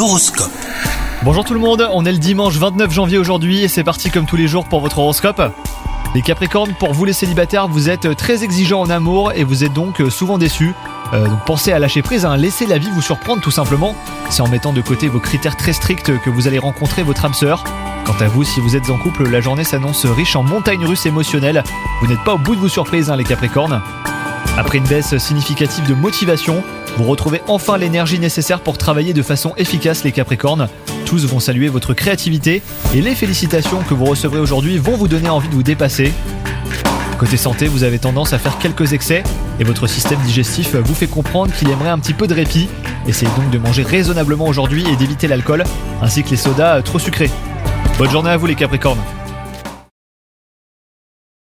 L'horoscope. Bonjour tout le monde, on est le dimanche 29 janvier aujourd'hui et c'est parti comme tous les jours pour votre horoscope. Les Capricornes, pour vous les célibataires, vous êtes très exigeants en amour et vous êtes donc souvent déçus. Donc pensez à lâcher prise, laissez la vie vous surprendre tout simplement. C'est en mettant de côté vos critères très stricts que vous allez rencontrer votre âme sœur. Quant à vous, si vous êtes en couple, la journée s'annonce riche en montagnes russes émotionnelles. Vous n'êtes pas au bout de vos surprises les Capricornes. Après une baisse significative de motivation, vous retrouvez enfin l'énergie nécessaire pour travailler de façon efficace les Capricornes. Tous vont saluer votre créativité et les félicitations que vous recevrez aujourd'hui vont vous donner envie de vous dépasser. Côté santé, vous avez tendance à faire quelques excès et votre système digestif vous fait comprendre qu'il aimerait un petit peu de répit. Essayez donc de manger raisonnablement aujourd'hui et d'éviter l'alcool ainsi que les sodas trop sucrés. Bonne journée à vous les Capricornes.